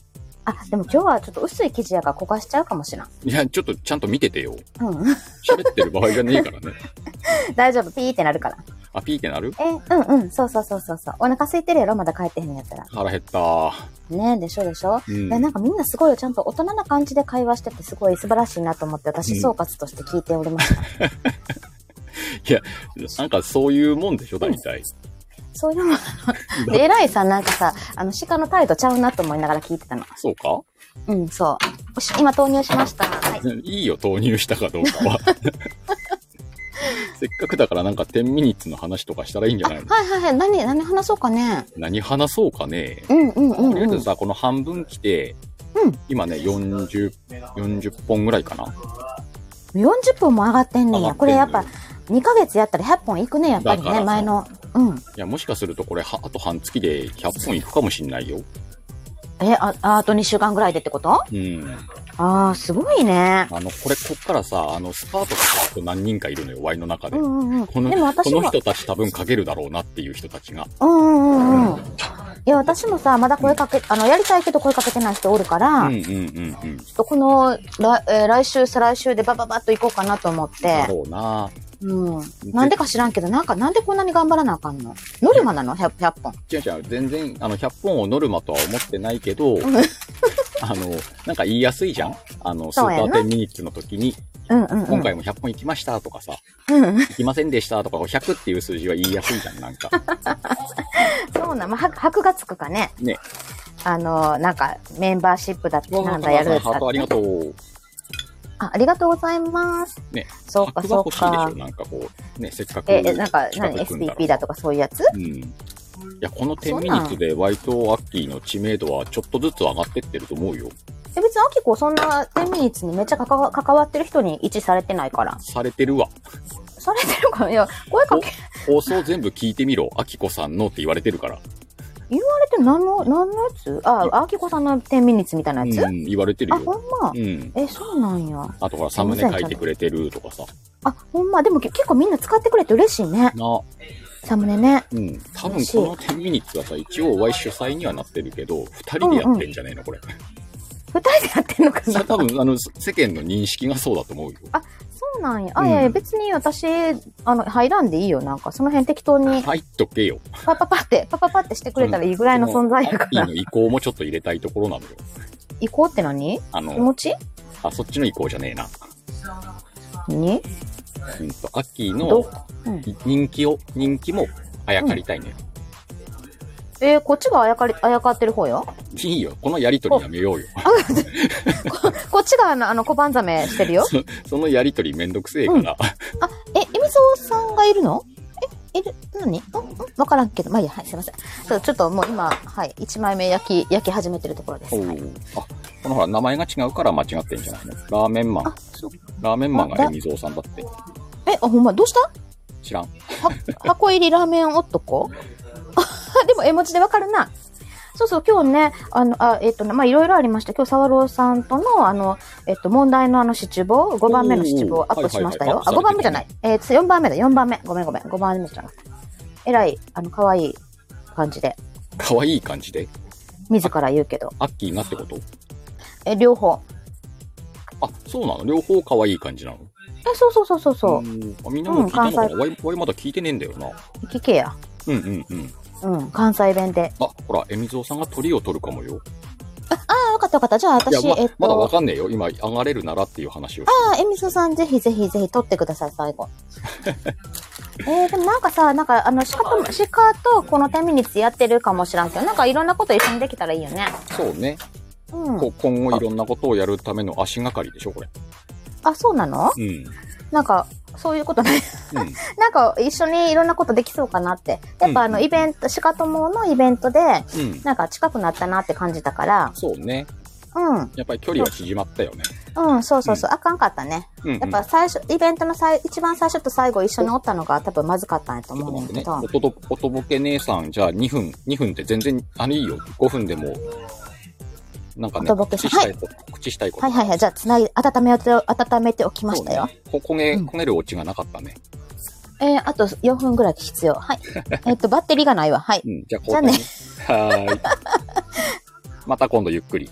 あ、でも今日はちょっと薄い生地やから焦がしちゃうかもしれん。 いや、ちょっとちゃんと見ててよ。 うん。 喋ってる場合じゃねえからね。 大丈夫、ピーってなるから。 あ、ピーってなる？ え、うんうん、そうそうそうそうそう。お腹空いてるやろまだ帰ってへんやったら。 腹減ったー。 ねえ、でしょでしょ、うん、なんかみんなすごいちゃんと大人な感じで会話しててすごい素晴らしいなと思って私総括として聞いておりました。うん、いや、なんかそういうもんでしょ、大体。うん、 そういうもんなの。で、偉いさんなんかさ、あの鹿の態度ちゃうなと思いながら聞いてたの。 そうか？ うん、そう。今投入しました。はい。 いいよ、投入したかどうかは。せっかくだからなんかじゅうミニッツの話とかしたらいいんじゃないの？ はいはいはい。何、何話そうかね。 何話そうかね。 うんうんうん、うん。 とりあえずさ、この半分来て、うん、今ね、よんじゅう、よんじゅっぽんぐらいかな。 よんじゅっぽんも上がってんねんや。これやっぱ、にかげつやったらひゃっぽんいくね、やっぱりね、前の。うん。いや、もしかするとこれ、は、あと半月でひゃっぽんいくかもしんないよ。 え、あ、あとにしゅうかんぐらいでってこと？うん。ああ、すごいね。 あの、これ、こっからさ、あの、スタートした人何人かいるのよ、ワイの中で。うんうんうん。 この、でも私この人たち多分書けるだろうなっていう人たちが。 うんうんうん。いや、私もさ、まだ声かけ、うん、あの、やりたいけど声かけてない人おるから、うんうんうんうん。ちょっとこの、来、えー、来週、再来週でバババッと行こうかなと思って。だろうな。 うん。なんでか知らんけど、なんか、なんでこんなに頑張らなあかんの？ノルマなの ?ひゃっぽん。 違う違う。全然、あの、ひゃっぽんをノルマとは思ってないけど、あの、なんか言いやすいじゃん？あの、スーパーじゅうミニッツの時に、うんうんうん、今回もひゃっぽん行きましたとかさ、うん、行きませんでしたとか、ひゃくっていう数字は言いやすいじゃん、なんか。 そうな、まあ、箔がつくかね。ね。あの、なんか、メンバーシップだってなんだやる。 ハートありがとう。 あ、ありがとうございます。 ね。 そうか、そうか。 なんかこう、ね、せっかく。 え、なんか、何 ?エスピーピー だとかそういうやつ？うん。いや、このじゅうミニッツでワイとアッキーの知名度はちょっとずつ上がってってると思うよ。 え、別にアキコそんなじゅうミニッツにめっちゃ関わ、関わってる人に位置されてないから。 されてるわ。 されてるかな？いや、声かけ。 放送全部聞いてみろ。アキコさんのって言われてるから。 言われて何の、何のやつ？あ、アキコさんのじゅうミニッツみたいなやつ？ うん、言われてるよ。 あ、ほんま？うん。え、そうなんや。 あとほら、サムネ書いてくれてるとかさ。 あ、ほんま。でも結構みんな使ってくれて嬉しいね。な。サムネね。 うん。多分このじゅうミニッツはさ、一応 Y 主催にはなってるけど、二人でやってんじゃねえの、これ。 二人でやってんのかな？ 多分、あの、世間の認識がそうだと思うよ。 あ、そうなんや。あ、いやいや、別に私、あの、入らんでいいよ。なんか、その辺適当に。 入っとけよ。 パパパって、パパパってしてくれたらいいぐらいの存在やから。 いいの移行もちょっと入れたいところなのよ。 移行って何？あの、気持ち？ あ、そっちの移行じゃねえな。 に？ うんと、アッキーの人気を、人気もあやかりたいね。うんえー、こっちがあやかり、あやかってる方よ。 いいよ。このやりとりやめようよ。 こ, こっちがあの、あの、小判ザメしてるよ。 そ, そのやりとりめんどくせえから。うん、あ、 え、エミソウさんがいるの？え、いる、何？わからんけど。まあいいや、はい、すいません。ちょっと、ちょっともう今、はい、一枚目焼き、焼き始めてるところです。はい、 あ、このほら、名前が違うから間違ってんじゃないの？ラーメンマン。あ、そう。ラーメンマンがエミゾウさんだって。 え、あ、ほんま、どうした？ 知らん。 は、箱入りラーメン男？でも絵文字でわかるな。そうそう、今日ね、あの、あ、えっと、まあ、いろいろありました。今日、沢朗さんとの、あの、えっと、問題のあの、七五、ごばんめの七五をアップしましたよ。あ、ごばんめじゃない。えー、よんばんめだ、よんばんめ。ごめんごめん。ごばんめじゃなくて。えらい、あの、可愛い感じで。 可愛い感じで自ら言うけど。 アッキーがってこと？ え、両方。 あ、そうなの？両方可愛い感じなの？ え、そうそうそうそうそう。あ、 みんなも聞いたのかな？わい、わいまだ聞いてねえんだよな。 聞けや。 うんうんうん。 うん、関西弁で。 あ、ほら、えみぞうさんが鳥を取るかもよ。 あ、あ、わかったわかった。じゃあ私、 ま、 えっと。 まだわかんねえよ。今、上がれるならっていう話をして。 ああ、えみぞうさん、ぜひぜひぜひ取ってください、最後。えー、でもなんかさ、なんか、あの、鹿と、鹿とこのじゅうミニッツやってるかもしらんけど、なんかいろんなこと一緒にできたらいいよね。 そうね。うん。こ今後いろんなことをやるための足がかりでしょ、これ。 あ、そうなの？うん。なんか、そういうことね。うん、なんか一緒にいろんなことできそうかなって。やっぱあのイベント、鹿友のイベントで、うん、なんか近くなったなって感じたから。 そうね。うん。やっぱり距離は縮まったよね。 うん、そうそうそう。うん、あかんかったね。うんうん、やっぱ最初、イベントの最、一番最初と最後一緒におったのが多分まずかったんやと思うんだけど。 ね、おと、おとぼけ姉さん、じゃあにふん、にふんって全然、あれいいよ。ごふんでも。なんかね、告知したいこと、はい、告知したいこと。 はいはいはい。じゃあ、つなぎ、温めて、温めておきましたよ。 ね、焦げ、焦げるオチがなかったね。 うん、えー、あとよんぷんぐらい必要。はい。えっと、バッテリーがないわ。はい。 うん、じゃあ、交代ね。はーい。また今度ゆっくり。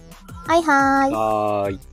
はいはーい。 はーい。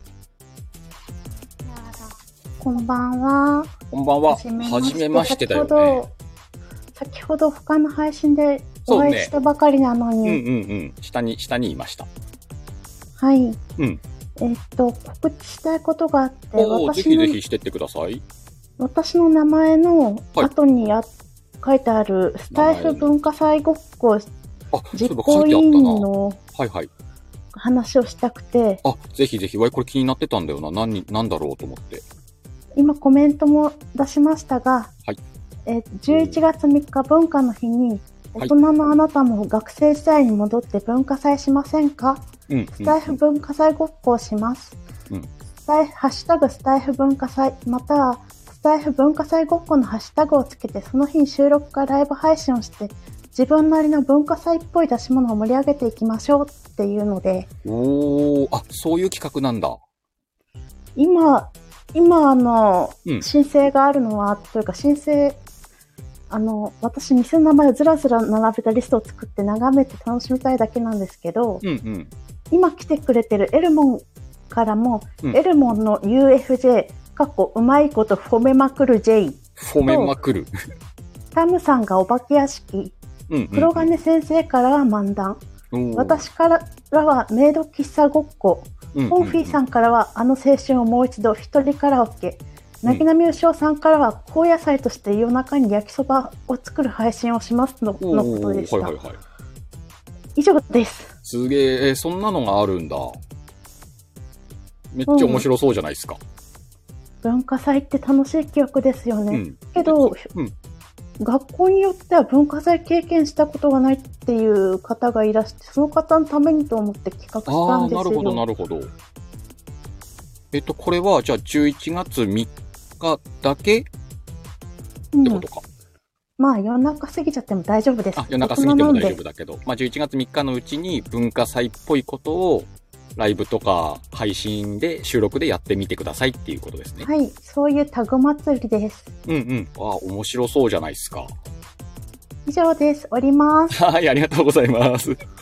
こんばんは。 こんばんは。はじめましてだよね。 先ほど他の配信でお会いしたばかりなのに。 うんうんうん。下に、下にいました。 はい。 うん。 えっと、告知したいことがあって、 おー、ぜひぜひしてってください。 私の名前の後にや、はい、書いてあるスタイフ文化祭ごっこ実行委員の話をしたくて。 あ、ぜひぜひ。わい、これ気になってたんだよな。何、何だろうと思って。 今コメントも出しましたが、 はい。 えー、じゅういちがつみっか文化の日に、大人のあなたも学生時代に戻って文化祭しませんか？うん、スタイフ文化祭ごっこをします。うん、スタイフ、ハッシュタグスタイフ文化祭、またはスタイフ文化祭ごっこのハッシュタグをつけて、その日に収録かライブ配信をして、自分なりの文化祭っぽい出し物を盛り上げていきましょうっていうので。 おー、あ、そういう企画なんだ。 今、今、あの、うん、申請があるのは、というか申請、あの、私、店の名前をずらずら並べたリストを作って眺めて楽しみたいだけなんですけど、 うんうん、 今来てくれてるエルモンからも、うん、エルモンの ユーエフジェー、過去うまいこと褒めまくる J。 褒めまくる。 タムさんがお化け屋敷、うんうんうん、黒金先生からは漫談、私からはメイド喫茶ごっこ、ホンフィーさんからはあの青春をもう一度一人カラオケ、なぎなみうしおさんからは高野菜として夜中に焼きそばを作る配信をします の, のことでした、はいはいはい、以上です。 すげえ、そんなのがあるんだ。めっちゃ面白そうじゃないですか、 うん、文化祭って楽しい記憶ですよね、うん、けど、うん、学校によっては文化祭経験したことがないっていう方がいらして、その方のためにと思って企画したんですよ。 ああ、なるほどなるほど。えっとこれはじゃあじゅういちがつみっかだけってことか、 うん、まあ夜中過ぎちゃっても大丈夫です。 あ、夜中過ぎても大丈夫だけど、まあじゅういちがつみっかのうちに文化祭っぽいことをライブとか配信で収録でやってみてくださいっていうことですね。 はい、そういうタグ祭りです。 うんうん。ああ、面白そうじゃないですか。 以上です。おります。 はい、ありがとうございます。なんか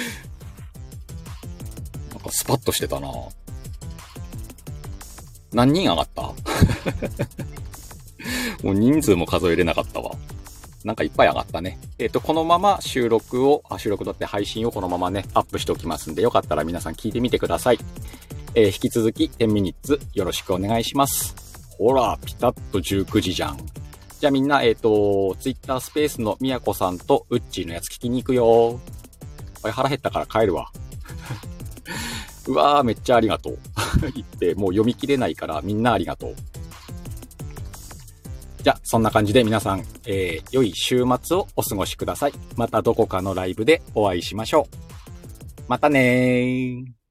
スパッとしてたな。何人上がったもう人数も数えれなかったわ。なんかいっぱい上がったね。えっと、このまま収録を、あ、収録だって配信をこのままね、アップしておきますんで、よかったら皆さん聞いてみてください。えー、引き続きじゅうミニッツよろしくお願いします。ほら、ピタッとじゅうくじじゃん。じゃあみんな、えっと、ツイッタースペースのみやこさんとうっちーのやつ聞きに行くよ。これ腹減ったから帰るわ。うわー、めっちゃありがとう。言って、もう読み切れないからみんなありがとう。じゃあ、そんな感じで皆さん、えー、良い週末をお過ごしください。またどこかのライブでお会いしましょう。またねー。